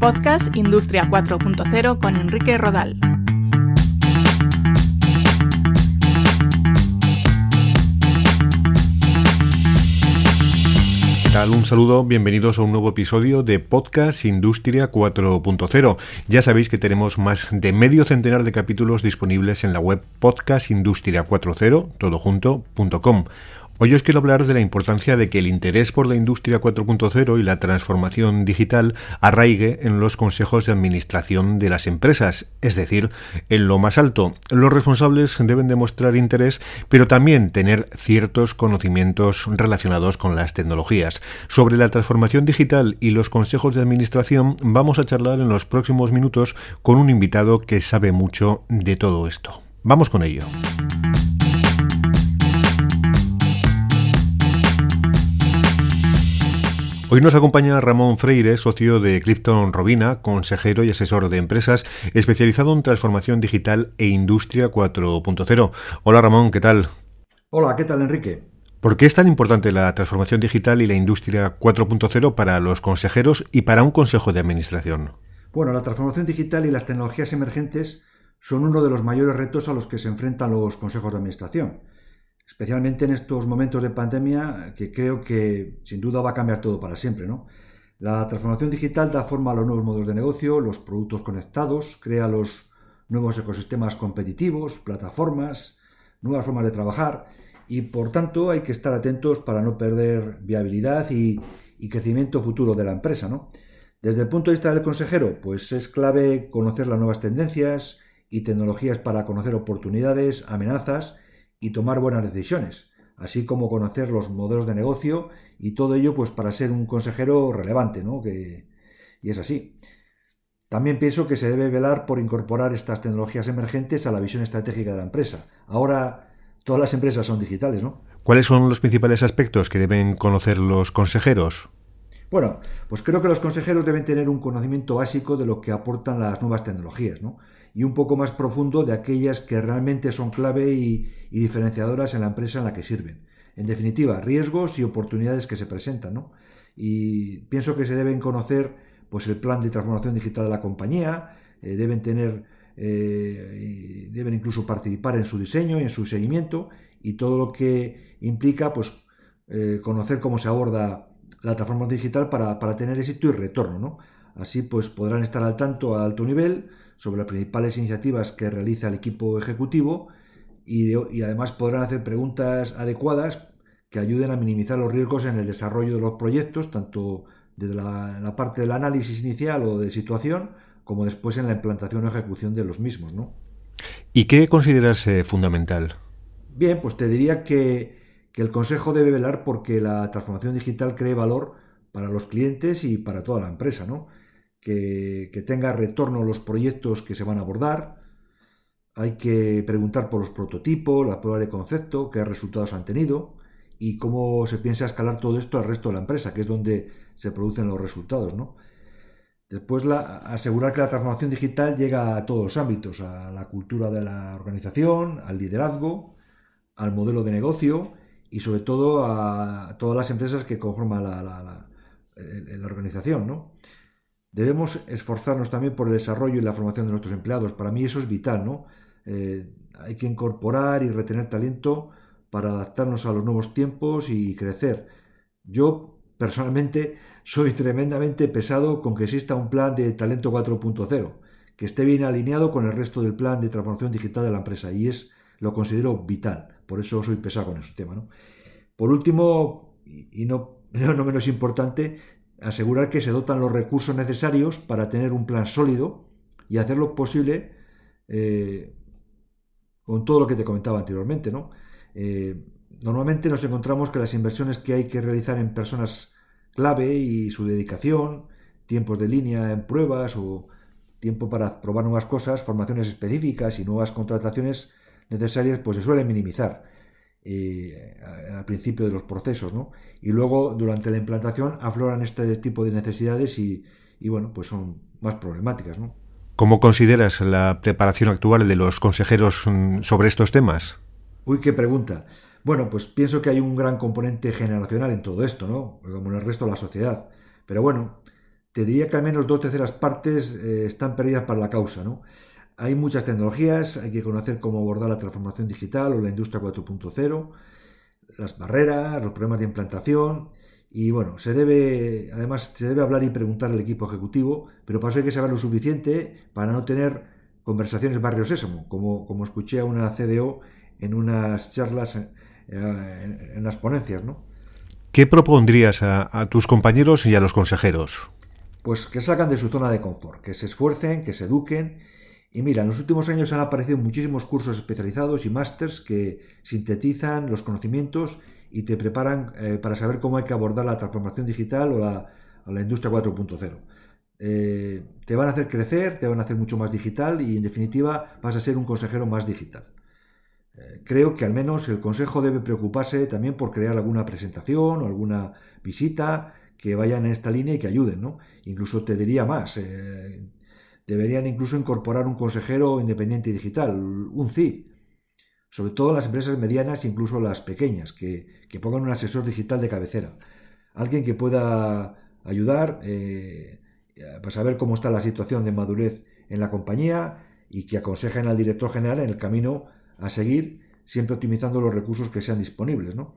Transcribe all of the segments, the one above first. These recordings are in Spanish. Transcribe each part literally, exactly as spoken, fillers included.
Podcast Industria cuatro punto cero con Enrique Rodal. ¿Qué tal? Un saludo, bienvenidos a un nuevo episodio de Podcast Industria cuatro punto cero. Ya sabéis que tenemos más de medio centenar de capítulos disponibles en la web podcast industria cuatro punto cero, todo junto, punto com. Hoy os quiero hablar de la importancia de que el interés por la industria cuatro punto cero y la transformación digital arraigue en los consejos de administración de las empresas, es decir, en lo más alto. Los responsables deben demostrar interés, pero también tener ciertos conocimientos relacionados con las tecnologías. Sobre la transformación digital y los consejos de administración vamos a charlar en los próximos minutos con un invitado que sabe mucho de todo esto. Vamos con ello. Hoy nos acompaña Ramón Freire, socio de Clifton Robina, consejero y asesor de empresas, especializado en transformación digital e industria cuatro punto cero. Hola Ramón, ¿qué tal? Hola, ¿qué tal Enrique? ¿Por qué es tan importante la transformación digital y la industria cuatro punto cero para los consejeros y para un consejo de administración? Bueno, la transformación digital y las tecnologías emergentes son uno de los mayores retos a los que se enfrentan los consejos de administración. Especialmente en estos momentos de pandemia, que creo que sin duda va a cambiar todo para siempre, ¿no? La transformación digital da forma a los nuevos modelos de negocio, los productos conectados, crea los nuevos ecosistemas competitivos, plataformas, nuevas formas de trabajar y por tanto hay que estar atentos para no perder viabilidad y, y crecimiento futuro de la empresa, ¿no? Desde el punto de vista del consejero, pues es clave conocer las nuevas tendencias y tecnologías para conocer oportunidades, amenazas y tomar buenas decisiones, así como conocer los modelos de negocio y todo ello pues para ser un consejero relevante, ¿no? Que, y es así. También pienso que se debe velar por incorporar estas tecnologías emergentes a la visión estratégica de la empresa. Ahora todas las empresas son digitales, ¿no? ¿Cuáles son los principales aspectos que deben conocer los consejeros? Bueno, pues creo que los consejeros deben tener un conocimiento básico de lo que aportan las nuevas tecnologías, ¿no? Y un poco más profundo de aquellas que realmente son clave y, y diferenciadoras en la empresa en la que sirven. En definitiva, riesgos y oportunidades que se presentan, ¿no? Y pienso que se deben conocer pues, el plan de transformación digital de la compañía, eh, deben tener, eh, deben incluso participar en su diseño y en su seguimiento y todo lo que implica pues, eh, conocer cómo se aborda la transformación digital para, para tener éxito y retorno, ¿no? Así pues podrán estar al tanto a alto nivel sobre las principales iniciativas que realiza el equipo ejecutivo y, de, y además podrán hacer preguntas adecuadas que ayuden a minimizar los riesgos en el desarrollo de los proyectos, tanto desde la, la parte del análisis inicial o de situación, como después en la implantación o ejecución de los mismos, ¿no? ¿Y qué consideras eh, fundamental? Bien, pues te diría que, que el consejo debe velar porque la transformación digital cree valor para los clientes y para toda la empresa, ¿no? Que, que tenga retorno los proyectos que se van a abordar. Hay que preguntar por los prototipos, la prueba de concepto, qué resultados han tenido y cómo se piensa escalar todo esto al resto de la empresa, que es donde se producen los resultados, ¿no? Después, la, asegurar que la transformación digital llega a todos los ámbitos, a la cultura de la organización, al liderazgo, al modelo de negocio y sobre todo a todas las empresas que conforman la, la, la, la organización, ¿no? Debemos esforzarnos también por el desarrollo y la formación de nuestros empleados. Para mí eso es vital, ¿no? Eh, hay que incorporar y retener talento para adaptarnos a los nuevos tiempos y crecer. Yo, personalmente, soy tremendamente pesado con que exista un plan de talento cuatro punto cero, que esté bien alineado con el resto del plan de transformación digital de la empresa, y es lo considero vital. Por eso soy pesado con ese tema, ¿no? Por último, y no, no menos importante, asegurar que se dotan los recursos necesarios para tener un plan sólido y hacerlo posible eh, con todo lo que te comentaba anteriormente, ¿no? Eh, normalmente nos encontramos que las inversiones que hay que realizar en personas clave y su dedicación, tiempos de línea en pruebas o tiempo para probar nuevas cosas, formaciones específicas y nuevas contrataciones necesarias, pues se suelen minimizar eh, al principio de los procesos, ¿no? Y luego durante la implantación afloran este tipo de necesidades y, y bueno, pues son más problemáticas, ¿no? ¿Cómo consideras la preparación actual de los consejeros sobre estos temas? Uy, qué pregunta. Bueno, pues pienso que hay un gran componente generacional en todo esto, ¿no? Como en el resto de la sociedad. Pero bueno, te diría que al menos dos terceras partes eh, están perdidas para la causa, ¿no? Hay muchas tecnologías, hay que conocer cómo abordar la transformación digital o la industria cuatro punto cero, las barreras, los problemas de implantación, y bueno, se debe, además se debe hablar y preguntar al equipo ejecutivo, pero para eso hay que saber lo suficiente para no tener conversaciones barrio sésamo, como, como escuché a una C D O en unas charlas, eh, en, en las ponencias, ¿no? ¿Qué propondrías a, a tus compañeros y a los consejeros? Pues que salgan de su zona de confort, que se esfuercen, que se eduquen. Y mira, en los últimos años han aparecido muchísimos cursos especializados y másters que sintetizan los conocimientos y te preparan eh, para saber cómo hay que abordar la transformación digital o la, o la industria cuatro punto cero. Eh, te van a hacer crecer, te van a hacer mucho más digital y en definitiva vas a ser un consejero más digital. Eh, creo que al menos el consejo debe preocuparse también por crear alguna presentación o alguna visita que vayan en esta línea y que ayuden, ¿no? Incluso te diría más, eh, deberían incluso incorporar un consejero independiente digital, un C I D, sobre todo en las empresas medianas e incluso las pequeñas, que, que pongan un asesor digital de cabecera, alguien que pueda ayudar eh, para saber cómo está la situación de madurez en la compañía y que aconsejen al director general en el camino a seguir, siempre optimizando los recursos que sean disponibles, ¿no?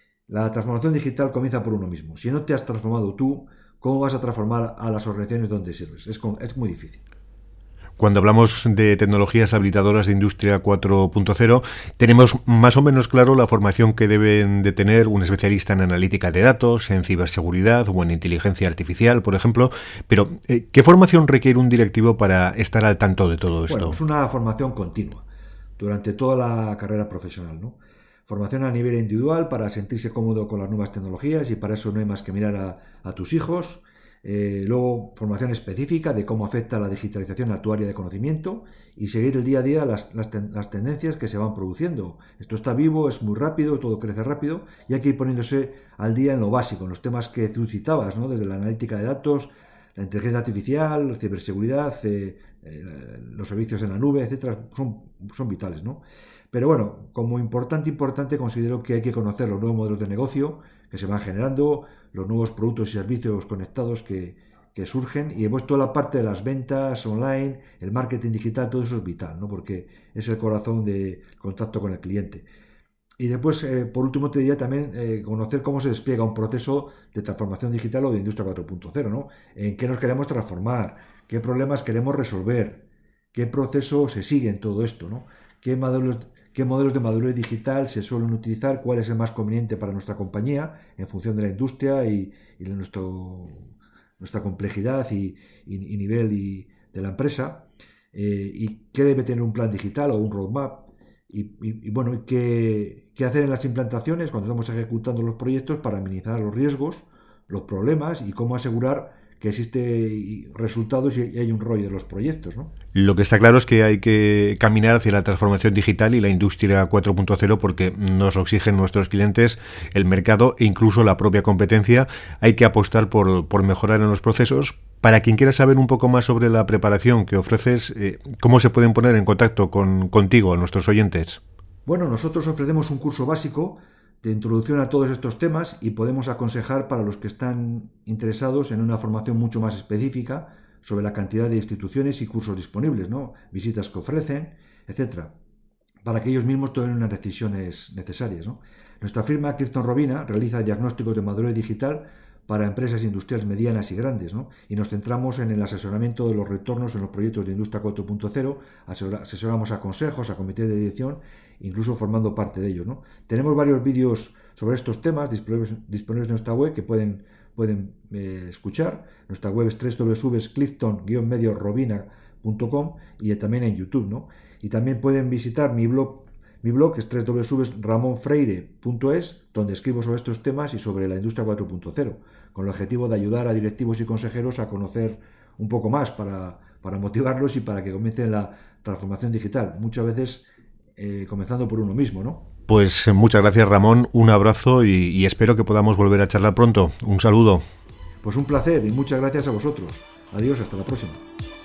La transformación digital comienza por uno mismo. Si no te has transformado tú, ¿cómo vas a transformar a las organizaciones donde sirves? Es, es muy difícil. Cuando hablamos de tecnologías habilitadoras de Industria cuatro punto cero, tenemos más o menos claro la formación que deben de tener un especialista en analítica de datos, en ciberseguridad o en inteligencia artificial, por ejemplo. Pero, ¿qué formación requiere un directivo para estar al tanto de todo esto? Bueno, es una formación continua, durante toda la carrera profesional, ¿no? Formación a nivel individual para sentirse cómodo con las nuevas tecnologías y para eso no hay más que mirar a, a tus hijos. Eh, luego, formación específica de cómo afecta la digitalización a tu área de conocimiento y seguir el día a día las, las, ten, las tendencias que se van produciendo. Esto está vivo, es muy rápido, todo crece rápido y hay que ir poniéndose al día en lo básico, en los temas que tú citabas, ¿no? Desde la analítica de datos, la inteligencia artificial, ciberseguridad, eh, eh, los servicios en la nube, etcétera, son, son vitales, ¿no? Pero bueno, como importante, importante considero que hay que conocer los nuevos modelos de negocio que se van generando, los nuevos productos y servicios conectados que, que surgen y después toda la parte de las ventas online, el marketing digital, todo eso es vital, ¿no? Porque es el corazón de contacto con el cliente. Y después, eh, por último, te diría también eh, conocer cómo se despliega un proceso de transformación digital o de industria cuatro punto cero, ¿no? En qué nos queremos transformar, qué problemas queremos resolver, qué proceso se sigue en todo esto, ¿no? Qué modelos qué modelos de madurez digital se suelen utilizar, cuál es el más conveniente para nuestra compañía en función de la industria y, y de nuestro, nuestra complejidad y, y, y nivel y de la empresa, eh, y qué debe tener un plan digital o un roadmap y, y, y bueno, qué, qué hacer en las implantaciones cuando estamos ejecutando los proyectos para minimizar los riesgos, los problemas y cómo asegurar que existe resultados y hay un rollo de los proyectos, ¿no? Lo que está claro es que hay que caminar hacia la transformación digital y la industria cuatro punto cero porque nos lo exigen nuestros clientes, el mercado e incluso la propia competencia. Hay que apostar por, por mejorar en los procesos. Para quien quiera saber un poco más sobre la preparación que ofreces, eh, ¿cómo se pueden poner en contacto con, contigo, nuestros oyentes? Bueno, nosotros ofrecemos un curso básico de introducción a todos estos temas y podemos aconsejar para los que están interesados en una formación mucho más específica sobre la cantidad de instituciones y cursos disponibles, ¿no? Visitas que ofrecen, etcétera, para que ellos mismos tomen unas decisiones necesarias, ¿no? Nuestra firma Clifton Robina realiza diagnósticos de madurez digital para empresas industriales medianas y grandes, ¿no? Y nos centramos en el asesoramiento de los retornos en los proyectos de Industria cuatro punto cero, asesoramos a consejos, a comités de dirección, incluso formando parte de ellos, ¿no? Tenemos varios vídeos sobre estos temas disponibles, disponibles en nuestra web que pueden, pueden eh, escuchar. Nuestra web es doble u doble u doble u punto clifton guion medio robina punto com y también en YouTube, ¿no? Y también pueden visitar mi blog, mi blog que es doble u doble u doble u punto ramon freire punto es, donde escribo sobre estos temas y sobre la industria cuatro punto cero, con el objetivo de ayudar a directivos y consejeros a conocer un poco más para, para motivarlos y para que comiencen la transformación digital. Muchas veces Eh, comenzando por uno mismo, ¿no? Pues muchas gracias, Ramón, un abrazo y, y espero que podamos volver a charlar pronto. Un saludo. Pues un placer y muchas gracias a vosotros. Adiós, hasta la próxima.